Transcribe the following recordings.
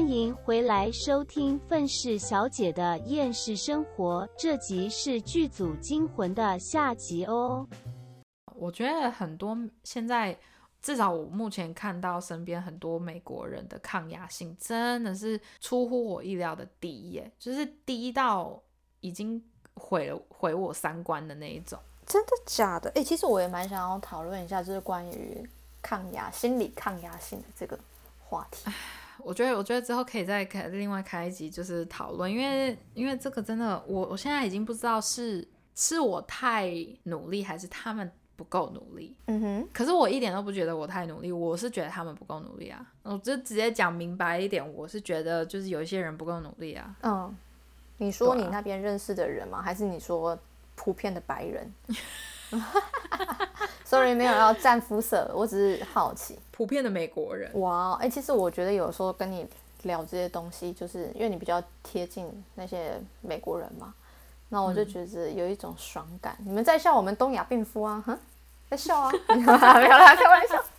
欢迎回来收听愤世小姐的厌世生活，这集是剧组惊魂的下集哦。 我觉得很多现在至少我目前看到身边很多美国人的抗压性真的是出乎我意料的低耶，就是低到已经毁我三观的那一种。 真的假的？其实我也蛮想要讨论一下，就是关于心理抗压性的这个话题。 我觉得之后可以再另外开一集就是讨论，因为这个真的我现在已经不知道是我太努力还是他们不够努力。可是我一点都不觉得我太努力，我是觉得他们不够努力啊。我就直接讲明白一点，我是觉得就是有一些人不够努力啊。 你说你那边认识的人吗？还是你说普遍的白人？Sorry， 没有要占肤色，我只是好奇。 普遍的美国人。 哇，其实我觉得有时候跟你聊这些东西，就是因为你比较贴近那些美国人嘛，那我就觉得有一种爽感。你们在笑我们东亚病夫啊？在笑啊？没有啦，开玩笑。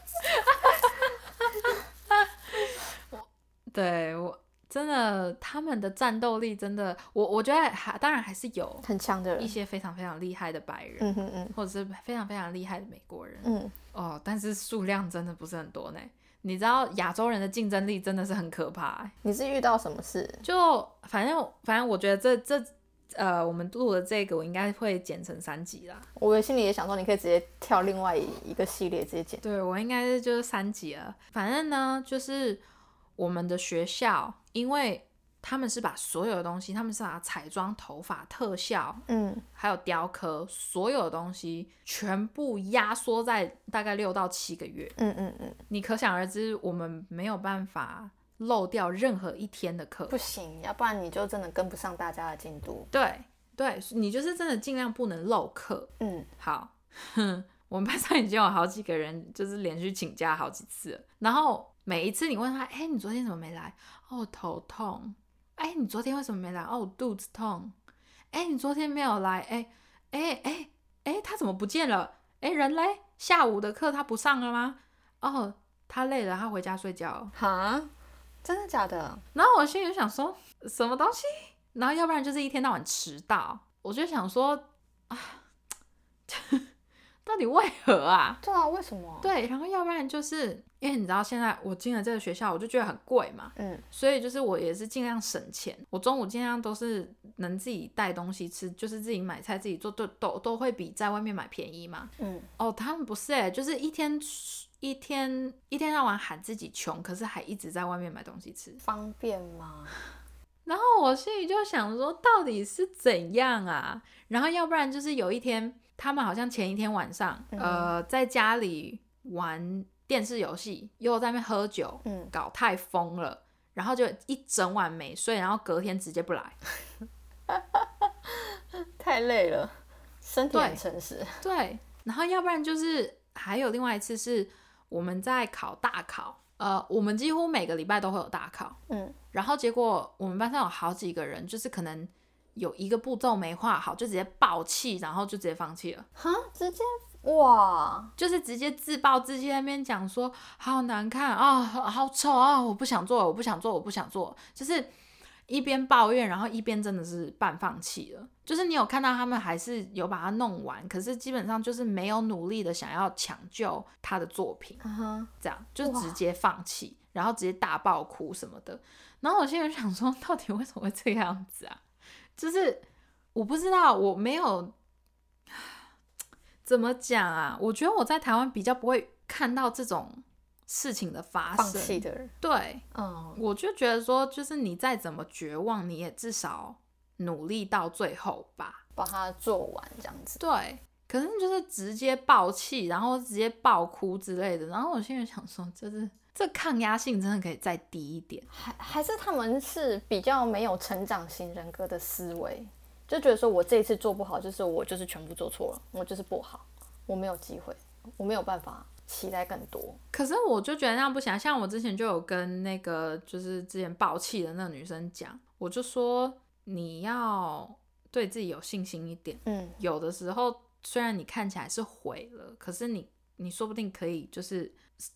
对，我真的他们的战斗力真的，我觉得当然还是有很强的人， 一些非常非常厉害的白人，或者是非常非常厉害的美国人，但是数量真的不是很多呢。你知道亚洲人的竞争力真的是很可怕。 你是遇到什么事？ 就反正我觉得我们录的这个我应该会剪成3集啦。 我心里也想说，你可以直接跳另外一个系列直接剪。 对，我应该是就是3集了。反正呢，就是我们的学校，因为他们是把所有的东西，他们是把彩妆、头发、特效，还有雕刻，所有的东西全部压缩在大概6到7个月。你可想而知，我们没有办法漏掉任何一天的课， 不行，要不然你就真的跟不上大家的进度。 对，你就是真的尽量不能漏课。好，我们班上已经有好几个人就是连续请假好几次了，然后每一次你问他，你昨天怎么没来？哦，头痛。你昨天为什么没来？哦，肚子痛。你昨天没有来。他怎么不见了？人嘞？下午的课他不上了吗？哦，他累了，他回家睡觉。 哈？真的假的？ 然后我心里就想说，什么东西？然后要不然就是一天到晚迟到，我就想说到底为何啊？ 对啊，为什么？ 对，然后要不然就是因为你知道现在我进了这个学校，我就觉得很贵嘛，所以就是我也是尽量省钱，我中午尽量都是能自己带东西吃，就是自己买菜自己做，都会比在外面买便宜嘛。他们不是就是一天到晚喊自己穷，可是还一直在外面买东西吃， 方便吗？ 然后我心里就想说，到底是怎样啊？然后要不然就是有一天，他们好像前一天晚上，在家里玩电视游戏，又在那边喝酒，搞太疯了，然后就一整晚没睡，然后隔天直接不来， 太累了，身体很诚实。 对，然后要不然就是还有另外一次是我们在考大考。我们几乎每个礼拜都会有大考，然后结果我们班上有好几个人，就是可能有一个步骤没画好，就直接爆气，然后就直接放弃了。 直接哇， 就是直接自暴自弃，在那边讲说好难看啊，好丑啊，我不想做，我不想做，我不想做，就是一边抱怨，然后一边真的是半放弃了。就是你有看到他们还是有把它弄完，可是基本上就是没有努力的想要抢救他的作品，这样就直接放弃，然后直接大爆哭什么的。然后我现在想说，到底为什么会这个样子啊？就是我不知道，我没有怎么讲啊？我觉得我在台湾比较不会看到这种事情的发生， 放弃的人。 对，我就觉得说，就是你再怎么绝望，你也至少努力到最后吧， 把它做完这样子。 对，可是就是直接爆气，然后直接爆哭之类的。然后我现在想说，就是这抗压性真的可以再低一点， 还是他们是比较没有成长型人格的思维，就觉得说我这一次做不好，就是我就是全部做错了，我就是不好，我没有机会，我没有办法期待更多。 可是我就觉得那样不行，像我之前就有跟那个就是之前爆气的那个女生讲，我就说你要对自己有信心一点，有的时候虽然你看起来是毁了，可是你说不定可以就是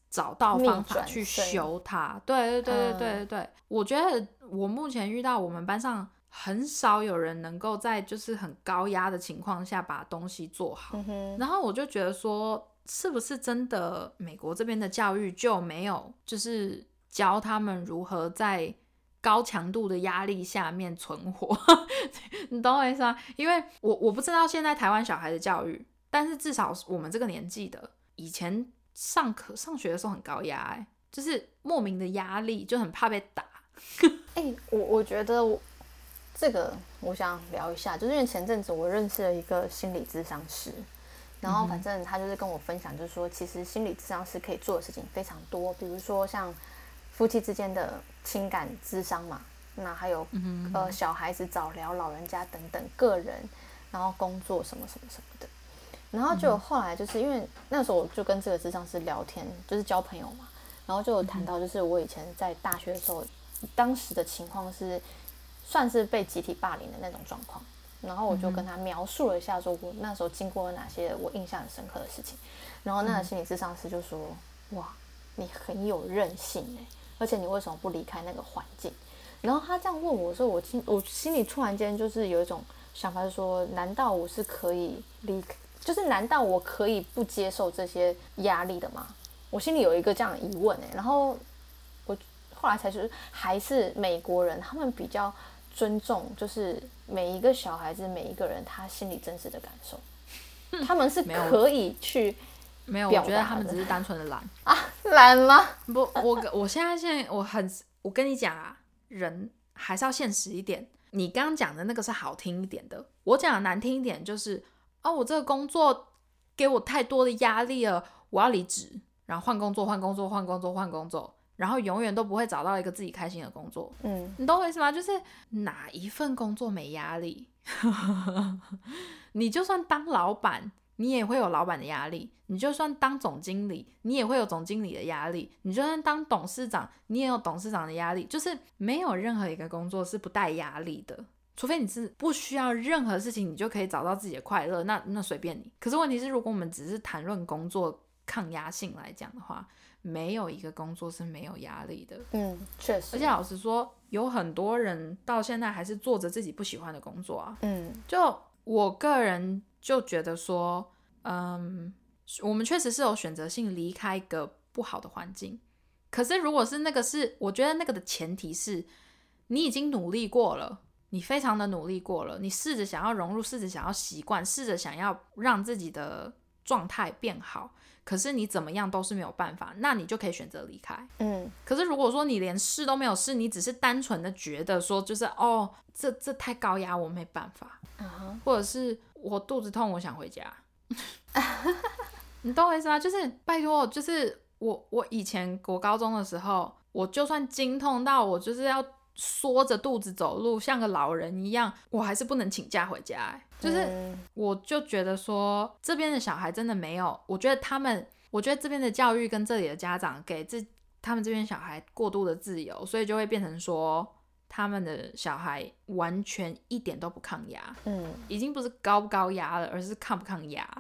找到方法去修它。对对对对对对，我觉得我目前遇到我们班上很少有人能够在就是很高压的情况下把东西做好，然后我就觉得说，是不是真的美国这边的教育就没有就是教他们如何在高强度的压力下面存活？你懂我意思吗？因为我不知道现在台湾小孩的教育，但是至少我们这个年纪的，以前上学的时候很高压，就是莫名的压力，就很怕被打。 我觉得这个我想聊一下，就是因为前阵子我认识了一个心理咨商师，然后反正他就是跟我分享，就是说其实心理咨商师可以做的事情非常多，比如说像夫妻之间的情感咨商嘛，那还有小孩子早疗、老人家等等个人，然后工作什么什么什么的。然后就后来就是因为那时候我就跟这个咨商师聊天，就是交朋友嘛，然后就有谈到就是我以前在大学的时候，当时的情况是算是被集体霸凌的那种状况，然后我就跟他描述了一下说我那时候经过了哪些我印象很深刻的事情，然后那个心理咨商师就说，哇，你很有韧性而且你为什么不离开那个环境？然后他这样问我的时候，我心里突然间就是有一种想法，是说难道我是可以离开，就是难道我可以不接受这些压力的吗？我心里有一个这样的疑问然后我后来才觉得还是美国人他们比较尊重就是每一个小孩子每一个人他心里真实的感受，他们是可以去没有，我觉得他们只是单纯的懒懒吗？ 不，我现在我跟你讲啊，人还是要现实一点。你刚刚讲的那个是好听一点的，我讲的难听一点就是我这个工作给我太多的压力了，我要离职，然后换工作，然后永远都不会找到一个自己开心的工作。你懂我意思吗？就是哪一份工作没压力？你就算当老板，你也会有老板的压力；你就算当总经理，你也会有总经理的压力；你就算当董事长，你也有董事长的压力。就是没有任何一个工作是不带压力的，除非你是不需要任何事情，你就可以找到自己的快乐，那随便你。可是问题是，如果我们只是谈论工作抗压性来讲的话，没有一个工作是没有压力的。 确实。 而且老实说，有很多人到现在还是做着自己不喜欢的工作啊。就我个人就觉得说，我们确实是有选择性离开一个不好的环境。可是如果是我觉得那个的前提是你已经努力过了，你非常的努力过了，你试着想要融入，试着想要习惯，试着想要让自己的状态变好，可是你怎么样都是没有办法，那你就可以选择离开。可是如果说你连试都没有试，你只是单纯的觉得说就是这太高压，我没办法，或者是我肚子痛，我想回家。你懂我意思吗？就是拜托，就是我以前国高中的时候，我就算经痛到我就是要缩着肚子走路像个老人一样，我还是不能请假回家。就是我就觉得说这边的小孩真的没有，我觉得这边的教育跟这里的家长给他们这边小孩过度的自由，所以就会变成说他们的小孩完全一点都不抗压。已经不是高不高压了，而是抗不抗压。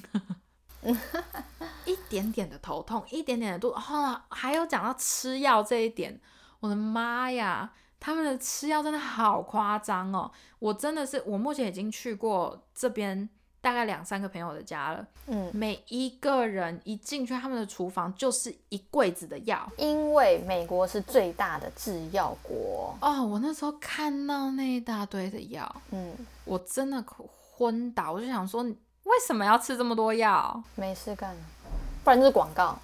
一点点的头痛，一点点的肚子，还有讲到吃药这一点，我的妈呀，他们的吃药真的好夸张哦！我目前已经去过这边大概2-3个朋友的家了，每一个人一进去他们的厨房就是一柜子的药， 因为美国是最大的制药国。 我那时候看到那一大堆的药，我真的昏倒，我就想说为什么要吃这么多药？ 没事干，不然就是广告。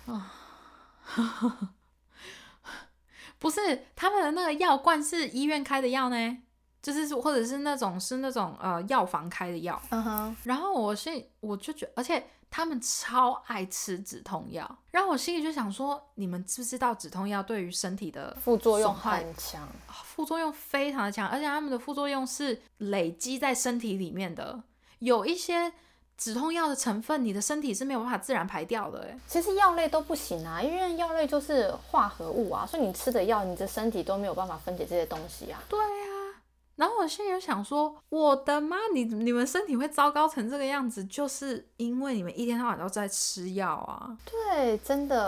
不是，他们的那个药罐是医院开的药呢，就是或者是那种药房开的药。然后我就觉得，而且他们超爱吃止痛药，然后我心里就想说，你们知不知道止痛药对于身体的副作用很强？ 副作用非常的强，而且他们的副作用是累积在身体里面的，有一些止痛药的成分，你的身体是没有办法自然排掉的。 其实药类都不行啊，因为药类就是化合物啊，所以你吃的药，你的身体都没有办法分解这些东西啊。 对啊，然后我心里就想说，我的妈，你们身体会糟糕成这个样子，就是因为你们一天到晚都在吃药啊。 对，真的，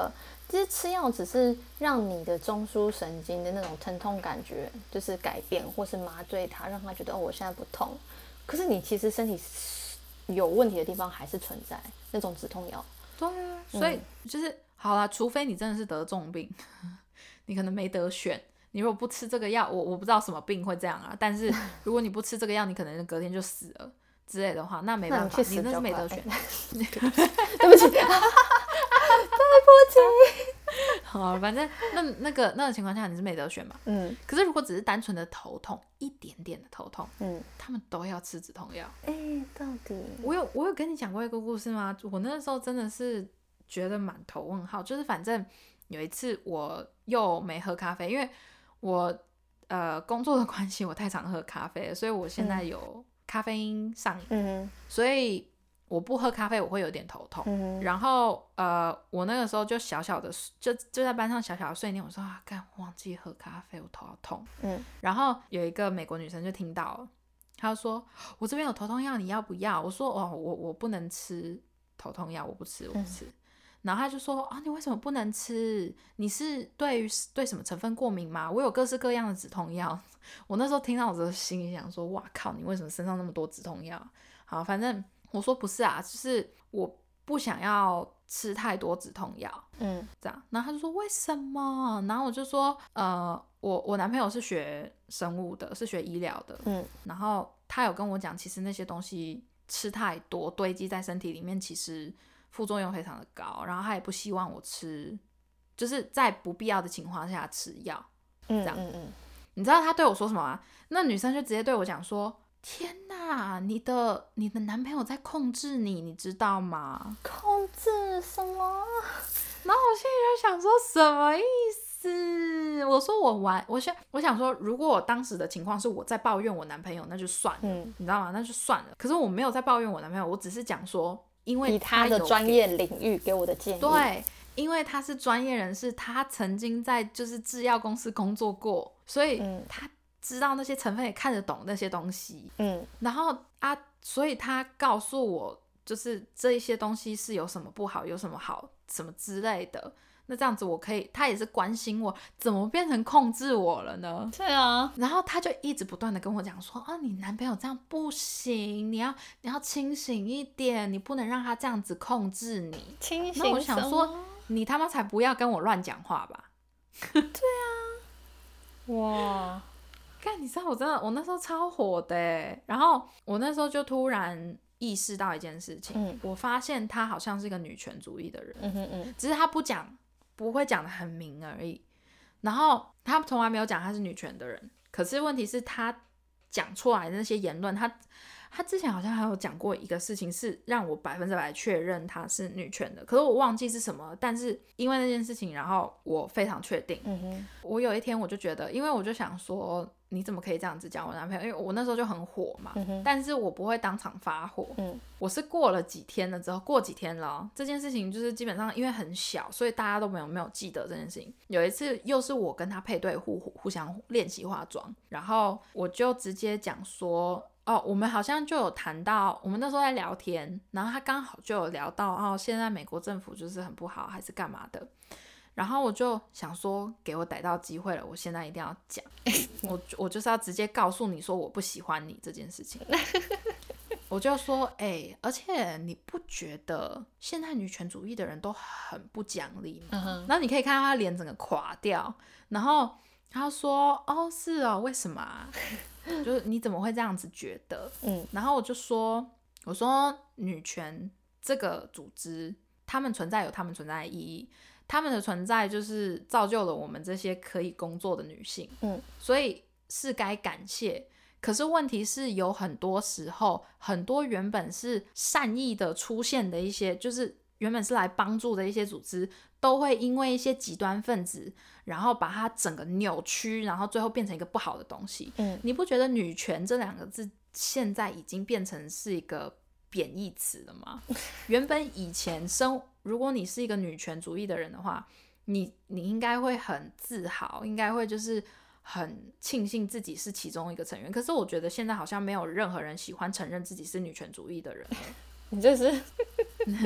其实吃药只是让你的中枢神经的那种疼痛感觉就是改变，或是麻醉它，让它觉得我现在不痛。可是你其实身体有问题的地方还是存在那种止痛药。 对啊，所以就是好啦，除非你真的是得重病，你可能没得选。你如果不吃这个药，我不知道什么病会这样啊。但是如果你不吃这个药，你可能隔天就死了之类的话，那没办法，你那是没得选。 对不起，对不起。 好，反正那个情况下你是没得选嘛。可是如果只是单纯的头痛，一点点的头痛，他们都要吃止痛药。 到底我有跟你讲过一个故事吗？我那时候真的是觉得满头问号，就是反正有一次我又没喝咖啡，因为我工作的关系，我太常喝咖啡了，所以我现在有咖啡因上瘾，所以我不喝咖啡我会有点头痛，然后我那个时候就小小的就在班上小小的碎念，我说干忘记喝咖啡，我头好痛，然后有一个美国女生就听到了，她就说我这边有头痛药你要不要？我说我不能吃头痛药，我不吃。然后他就说你为什么不能吃？你是对什么成分过敏吗？我有各式各样的止痛药。我那时候听到我的心里想说，哇靠，你为什么身上那么多止痛药？好，反正我说不是啊，就是我不想要吃太多止痛药，这样。然后他就说为什么？然后我就说我男朋友是学生物的，是学医疗的，然后他有跟我讲，其实那些东西吃太多堆积在身体里面，其实副作用非常的高，然后他也不希望我吃，就是在不必要的情况下吃药，这样。你知道他对我说什么吗？那女生就直接对我讲说，天哪，你的男朋友在控制你，你知道吗？ 控制什么？ 然后我心里就想说什么意思？我说我想说，如果我当时的情况是我在抱怨我男朋友，那就算了，你知道吗？那就算了。可是我没有在抱怨我男朋友，我只是讲说，因为以他的专业领域给我的建议， 对，因为他是专业人士，他曾经在就是制药公司工作过，所以他知道那些成分，也看得懂那些东西，然后所以他告诉我，就是这一些东西是有什么不好，有什么好，什么之类的。那这样子我可以，他也是关心我，怎么变成控制我了呢？ 对啊， 然后他就一直不断的跟我讲说，你男朋友这样不行，你要清醒一点，你不能让他这样子控制你。 清醒？ 那我想说，你他妈才不要跟我乱讲话吧。 对啊，哇， 干，你知道我那时候超火的耶，然后我那时候就突然意识到一件事情，我发现他好像是一个女权主义的人，只是他不会讲得很明而已，然后他从来没有讲他是女权的人，可是问题是他讲出来的那些言论，他之前好像还有讲过一个事情，是让我100%确认他是女权的，可是我忘记是什么，但是因为那件事情，然后我非常确定。我有一天我就觉得，因为我就想说，你怎么可以这样子讲我男朋友？因为我那时候就很火嘛，但是我不会当场发火，我是过了几天了之后，过几天了，这件事情就是基本上因为很小，所以大家都没有记得这件事情。有一次又是我跟他配对互相练习化妆，然后我就直接讲说，我们好像就有谈到，我们那时候在聊天，然后他刚好就有聊到，现在美国政府就是很不好，还是干嘛的。然后我就想说，给我逮到机会了，我现在一定要讲，我就是要直接告诉你说我不喜欢你这件事情。我就说，而且你不觉得现在女权主义的人都很不讲理吗？然后你可以看到他脸整个垮掉，然后他说，是哦，为什么啊？就是你怎么会这样子觉得？然后我说女权这个组织，他们存在有他们存在的意义，他们的存在就是造就了我们这些可以工作的女性，所以是该感谢。可是问题是，有很多时候，很多原本是善意的出现的一些，就是原本是来帮助的一些组织，都会因为一些极端分子，然后把它整个扭曲，然后最后变成一个不好的东西。你不觉得女权这2个字现在已经变成是一个贬义词了吗？原本以前如果你是一个女权主义的人的话，你应该会很自豪，应该会就是很庆幸自己是其中一个成员。可是我觉得现在好像没有任何人喜欢承认自己是女权主义的人了。 你就是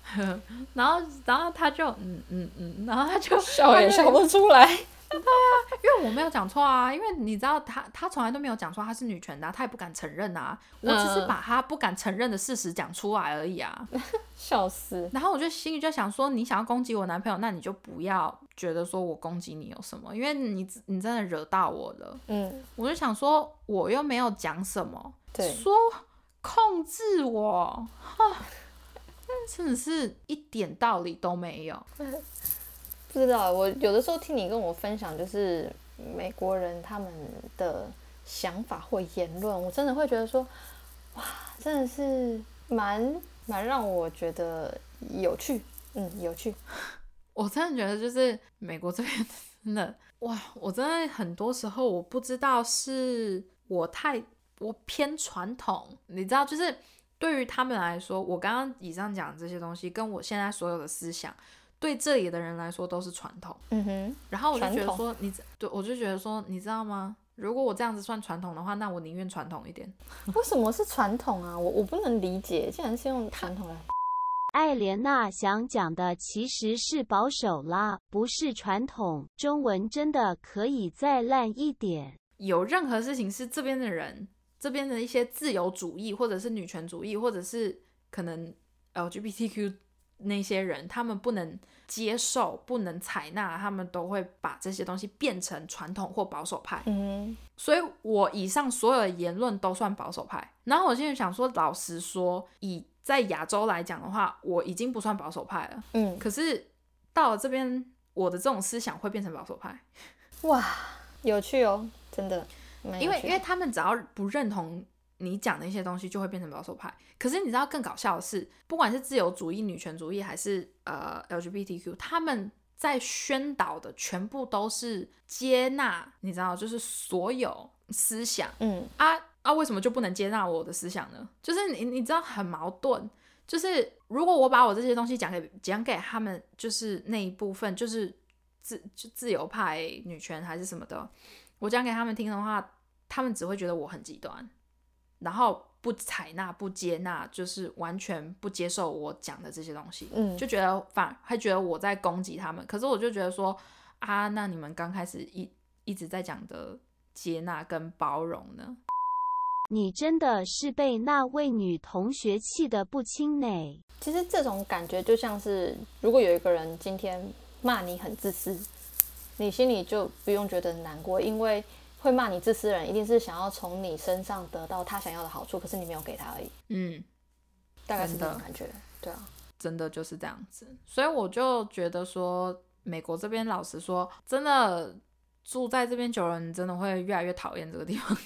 然后他就然后他就笑也笑不出来。 因为我没有讲错啊，因为你知道他从来都没有讲错他是女权的他也不敢承认啊，我只是把他不敢承认的事实讲出来而已啊。 笑死。 然后我就心里就想说，你想要攻击我男朋友，那你就不要觉得说我攻击你有什么，因为你真的惹到我了。我就想说，我又没有讲什么， 对， 说控制我，真的是一点道理都没有。 不知道，我有的时候听你跟我分享，就是美国人他们的想法或言论，我真的会觉得说，哇，真的是蛮让我觉得有趣，有趣。 我真的觉得就是美国这边真的，哇，我真的很多时候我不知道是我偏传统，你知道，就是对于他们来说，我刚刚以上讲的这些东西，跟我现在所有的思想。对这里的人来说都是传统，然后我就觉得说，我就觉得说，你知道吗？如果我这样子算传统的话，那我宁愿传统一点。 为什么是传统啊？我不能理解，竟然是用传统来。 艾莲娜想讲的其实是保守啦，不是传统。中文真的可以再烂一点。 有任何事情是这边的人，这边的一些自由主义，或者是女权主义，或者是可能 LGBTQ。那些人他们不能接受不能采纳，他们都会把这些东西变成传统或保守派。所以我以上所有的言论都算保守派。然后我现在想说，老实说，以在亚洲来讲的话，我已经不算保守派了。可是到了这边，我的这种思想会变成保守派。 哇，有趣哦，真的。 因为他们只要不认同你讲的一些东西就会变成保守派。可是你知道更搞笑的是，不管是自由主义、女权主义还是LGBTQ， 他们在宣导的全部都是接纳，你知道，就是所有思想。为什么就不能接纳我的思想呢？就是你知道很矛盾。就是如果我把我这些东西讲给他们，就是那一部分就是自由派、女权还是什么的，我讲给他们听的话，他们只会觉得我很极端。然后不采纳不接纳，就是完全不接受我讲的这些东西。就觉得还觉得我在攻击他们。可是我就觉得说啊，那你们刚开始一直在讲的接纳跟包容呢？ 你真的是被那位女同学气得不轻呢。 其实这种感觉就像是，如果有一个人今天骂你很自私，你心里就不用觉得难过，因为会骂你自私的人一定是想要从你身上得到他想要的好处，可是你没有给他而已。大概是这种感觉。对啊， 真的就是这样子。所以我就觉得说，美国这边老实说，真的住在这边久了，你真的会越来越讨厌这个地方。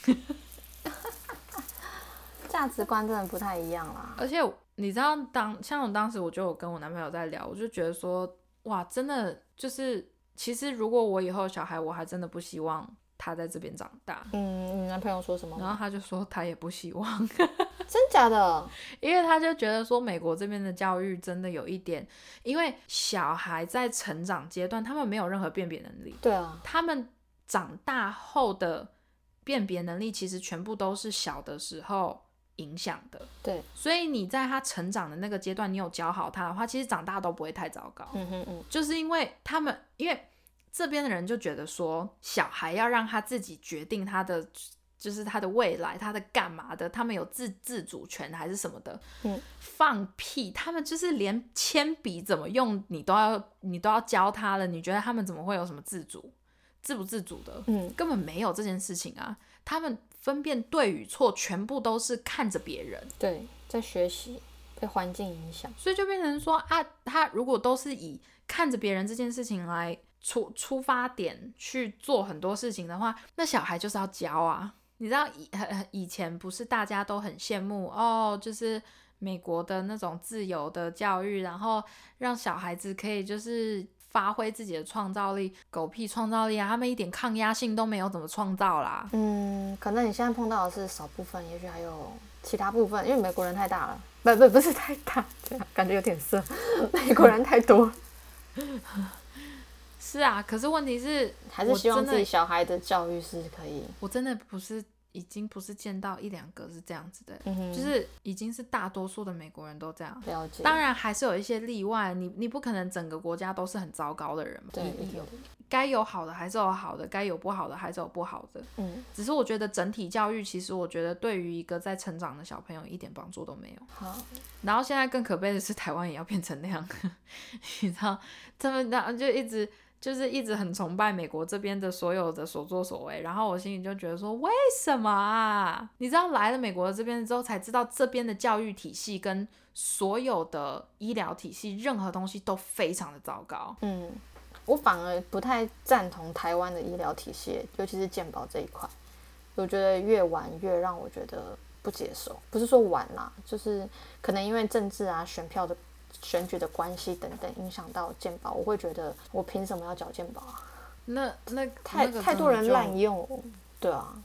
价值观真的不太一样啦。 而且你知道像我当时我就有跟我男朋友在聊，我就觉得说，哇，真的就是其实如果我以后有小孩，我还真的不希望他在这边长大。 你男朋友说什么？ 然后他就说他也不希望。 真假的？ 因为他就觉得说美国这边的教育真的有一点，因为小孩在成长阶段他们没有任何辨别能力。 对啊， 他们长大后的辨别能力其实全部都是小的时候影响的。 对， 所以你在他成长的那个阶段，你有教好他的话，其实长大都不会太糟糕。就是因为这边的人就觉得说，小孩要让他自己决定他的，就是他的未来，他的干嘛的，他们有自主权还是什么的。放屁！他们就是连铅笔怎么用，你都要教他了。你觉得他们怎么会有什么自不自主的？根本没有这件事情啊！他们分辨对与错，全部都是看着别人。 对，在学习，被环境影响， 所以就变成说啊，他如果都是以看着别人这件事情来出发点去做很多事情的话，那小孩就是要教啊。你知道以前不是大家都很羡慕哦，就是美国的那种自由的教育，然后让小孩子可以就是发挥自己的创造力。狗屁创造力啊，他们一点抗压性都没有，怎么创造啦？ 可能你现在碰到的是少部分，也许还有其他部分，因为美国人太大了，不是太大，感觉有点色，美国人太多。 是啊，可是问题是还是希望自己小孩的教育是可以。 我真的不是已经不是见到1-2个是这样子的， 嗯就是已经是大多数的美国人都这样。 了解。 当然还是有一些例外，你不可能整个国家都是很糟糕的人嘛。 对， 该有好的还是有好的，该有不好的还是有不好的。只是我觉得整体教育，其实我觉得对于一个在成长的小朋友一点帮助都没有。 好， 然后现在更可悲的是，台湾也要变成那样，你知道，他们就一直很崇拜美国这边的所有的所作所为，然后我心里就觉得说，为什么啊？你知道来了美国这边之后才知道，这边的教育体系跟所有的医疗体系，任何东西都非常的糟糕。 我反而不太赞同台湾的医疗体系，尤其是健保这一块，我觉得越晚越让我觉得不接受。不是说晚啦，就是可能因为政治啊、选举的关系等等影响到健保，我会觉得我凭什么要缴健保啊？太多人滥用，对啊，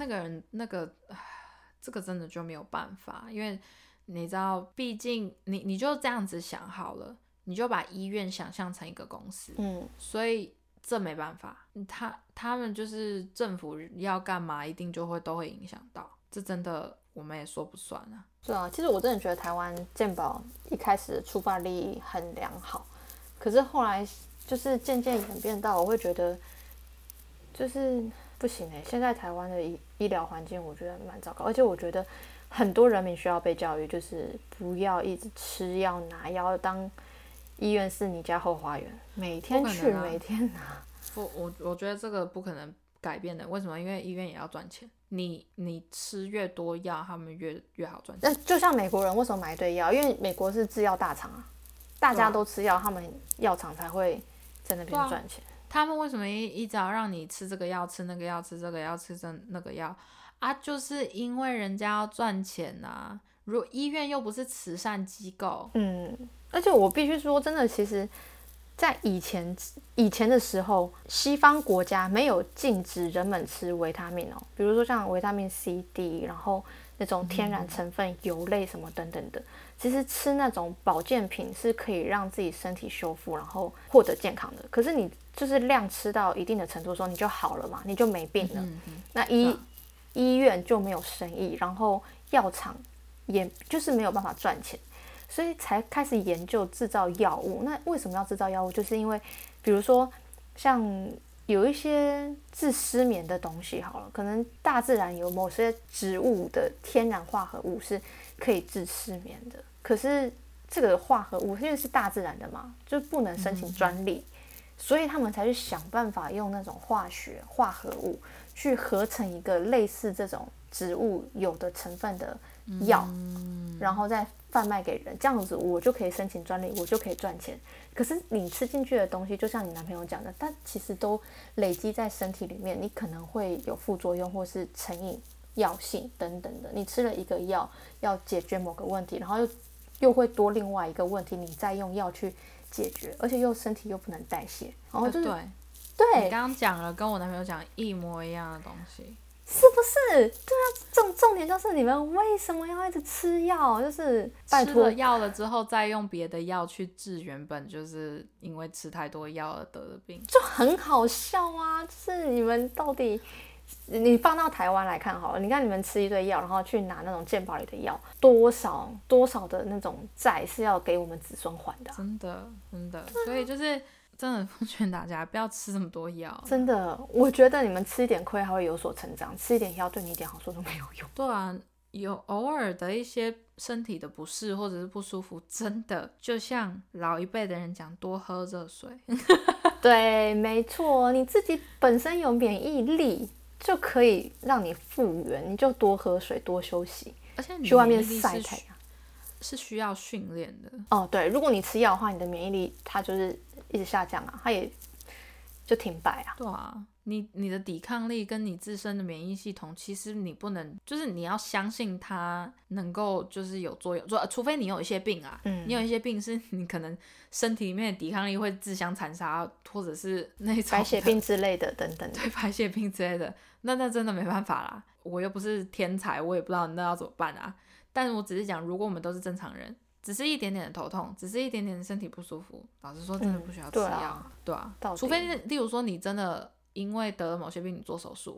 这个真的就没有办法，因为你知道，毕竟你就这样子想好了，你就把医院想象成一个公司，所以这没办法，他们就是政府要干嘛，一定都会影响到，这真的我们也说不算啊。 对啊，其实我真的觉得台湾健保一开始的出发利益很良好，可是后来就是渐渐演变到，我会觉得就是不行欸。现在台湾的医疗环境我觉得蛮糟糕，而且我觉得很多人民需要被教育，就是不要一直吃药拿药，当医院是你家后花园，每天去每天拿。 我觉得这个不可能改变的，为什么？因为医院也要赚钱，你吃越多药，他们越好赚钱。 就像美国人为什么买一堆药？因为美国是制药大厂啊，大家都吃药，他们药厂才会在那边赚钱。 他们为什么一直要让你吃这个药、吃那个药、吃这个药、吃那个药啊？就是因为人家要赚钱啊。如果医院又不是慈善机构， 而且我必须说，真的，其实在以前的时候，西方国家没有禁止人们吃维他命哦，比如说像维他命 C、D， 然后那种天然成分、油类什么等等的。其实吃那种保健品是可以让自己身体修复，然后获得健康的。可是你就是量吃到一定的程度的时候，你就好了嘛，你就没病了。那医院就没有生意，然后药厂也就是没有办法赚钱。所以才开始研究制造药物。那为什么要制造药物？就是因为，比如说像有一些治失眠的东西，好了，可能大自然有某些植物的天然化合物是可以治失眠的。可是这个化合物因为是大自然的嘛，就不能申请专利，所以他们才去想办法用那种化学化合物去合成一个类似这种植物有的成分的药，然后再贩卖给人，这样子我就可以申请专利，我就可以赚钱。可是你吃进去的东西，就像你男朋友讲的，它其实都累积在身体里面，你可能会有副作用或是成瘾、药性等等的。你吃了一个药要解决某个问题，然后又会多另外一个问题，你再用药去解决，而且身体又不能代谢，然后就是对，你刚刚讲了，跟我男朋友讲一模一样的东西。 是不是？对啊，重点就是你们为什么要一直吃药？就是拜托， 吃了药了之后再用别的药去治原本就是因为吃太多药而得的病， 就很好笑啊！就是你们到底，你放到台湾来看好了，你看你们吃一堆药，然后去拿那种健保里的药，多少的那种债是要给我们子孙还的， 真的，所以就是。真的奉劝大家不要吃这么多药， 真的，我觉得你们吃一点亏还会有所成长，吃一点药对你一点好处都没有用。 对啊，有偶尔的一些身体的不适或者是不舒服，真的就像老一辈的人讲，多喝热水。 对，没错，你自己本身有免疫力就可以让你复原，你就多喝水，多休息， 而且你去外面晒太阳是需要训练的。 哦，对，如果你吃药的话，你的免疫力它就是一直下降啊，它也就停摆啊。 对啊，你的抵抗力跟你自身的免疫系统，其实你不能，就是你要相信它能够就是有作用，除非你有一些病啊，你有一些病是你可能身体里面的抵抗力会自相残杀，或者是那种白血病之类的等等的。 对，白血病之类的，那真的没办法啦。我又不是天才，我也不知道那要怎么办啊。但是我只是讲，如果我们都是正常人，只是一点点的头痛，只是一点点的身体不舒服，老实说真的不需要吃药，对啊，除非例如说你真的因为得了某些病你做手术，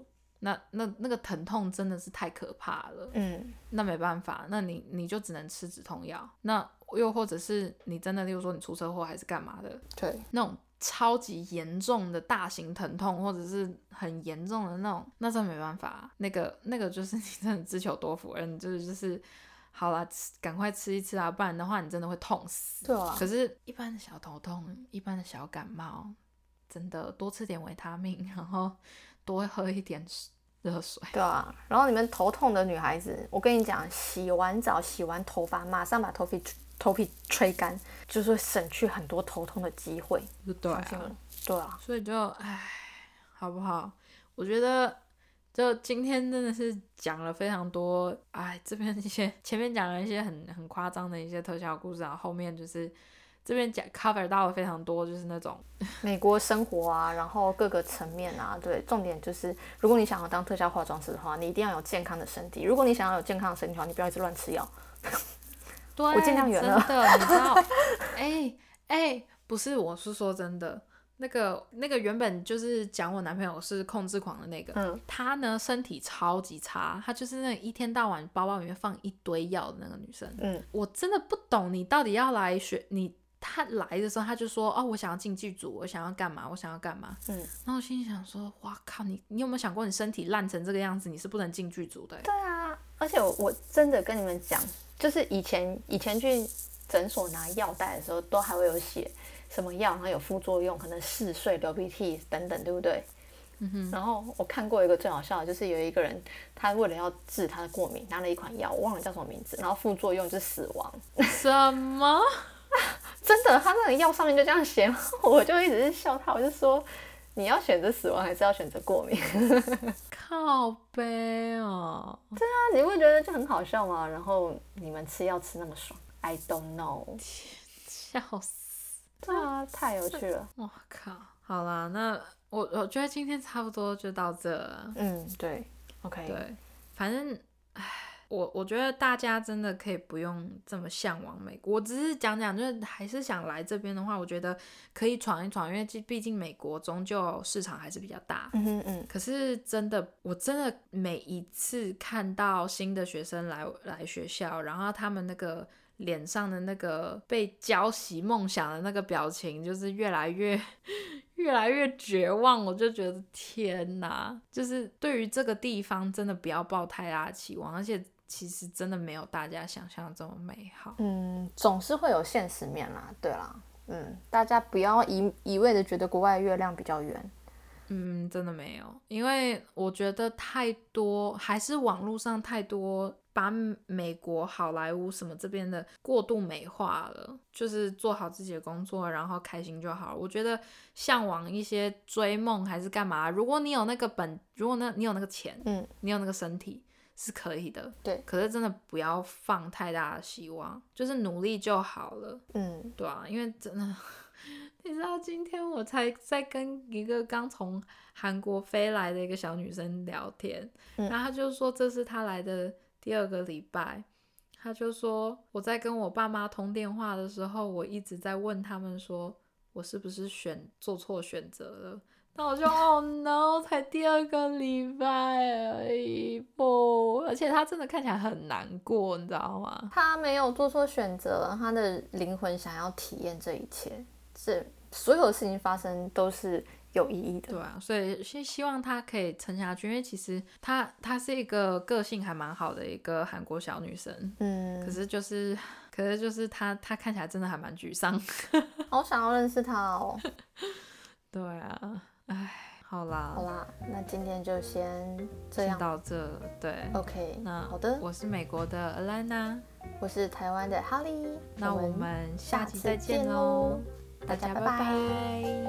那个疼痛真的是太可怕了。那没办法，那你就只能吃止痛药。那又或者是你真的例如说你出车祸还是干嘛的， 对， 那种超级严重的大型疼痛或者是很严重的那种，那真的没办法。那个就是你真的自求多福了，你就是好啦，赶快吃一吃啊，不然的话你真的会痛死。 对啊。 可是一般的小头痛，一般的小感冒，真的多吃点维他命，然后多喝一点热水。 对啊，然后你们头痛的女孩子，我跟你讲，洗完澡洗完头发，马上把头皮吹干，就是会省去很多头痛的机会。 对啊， 对啊， 所以就好不好？我觉得就今天真的是讲了非常多，这边一些前面讲了一些很夸张的一些特效故事，然后后面就是这边讲 cover 到了非常多，就是那种美国生活啊，然后各个层面啊，对，重点就是如果你想要当特效化妆师的话，你一定要有健康的身体。如果你想要有健康的身体的话，你不要一直乱吃药。 对， 我尽量圆了。 真的，你知道，不是，我是说真的，那个原本就是讲我男朋友是控制狂的那个，他呢身体超级差，他就是那一天到晚包包里面放一堆药的那个女生。我真的不懂你到底要来学你。他来的时候他就说我想要进剧组，我想要干嘛，我想要干嘛。然后我心里想说，哇靠，你有没有想过你身体烂成这个样子，你是不能进剧组的。 对啊，而且我真的跟你们讲，就是以前去诊所拿药袋的时候，都还会有写什么药，然后有副作用，可能嗜睡、流鼻涕等等，对不对？然后我看过一个最好笑的，就是有一个人他为了要治他的过敏，拿了一款药，我忘了叫什么名字，然后副作用就是死亡。 什么？ 真的，他那个药上面就这样写，我就一直是笑他，我就说你要选择死亡还是要选择过敏？ 靠背哦。 对啊，你会觉得就很好笑吗？然后你们吃药吃那么爽 ，I don't know， 笑死。 对啊，太有趣了。 我靠，好啦，那我觉得今天差不多就到这了。 对 ，OK， 对，反正我觉得大家真的可以不用这么向往美国，我只是讲，就是还是想来这边的话，我觉得可以闯一闯，因为毕竟美国终究市场还是比较大。可是真的，我真的每一次看到新的学生来学校，然后他们那个脸上的那个被浇熄梦想的那个表情，就是越来越绝望，我就觉得天哪，就是对于这个地方真的不要抱太大的期望，而且其实真的没有大家想象的这么美好。 总是会有现实面啦，对啦，大家不要一味的觉得国外的月亮比较圆。 真的没有，因为我觉得太多，还是网络上太多把美国好莱坞什么这边的过度美化了，就是做好自己的工作，然后开心就好了。我觉得向往一些追梦还是干嘛，如果你有那个如果你有那个钱，你有那个身体是可以的， 对。 可是真的不要放太大的希望，就是努力就好了。对啊，因为真的。你知道今天我才在跟一个刚从韩国飞来的一个小女生聊天，然后她就说这是她来的第2个礼拜，她就说我在跟我爸妈通电话的时候，我一直在问他们说我是不是做错选择了。那我就Oh no， 才第2个礼拜而已不，而且她真的看起来很难过，你知道吗？ 她没有做错选择，她的灵魂想要体验这一切。所有的事情发生都是有意义的。 对啊，所以希望她可以撑下去，因为其实她是一个个性还蛮好的一个韩国小女生。可是就是她看起来真的还蛮沮丧。 好想要认识她哦。 对啊，好啦， 那今天就先这样到这。对 ，OK， 那好的， 我是美国的 Alana， 我是台湾的 Holly， 那我们下期再见喽，大家拜拜。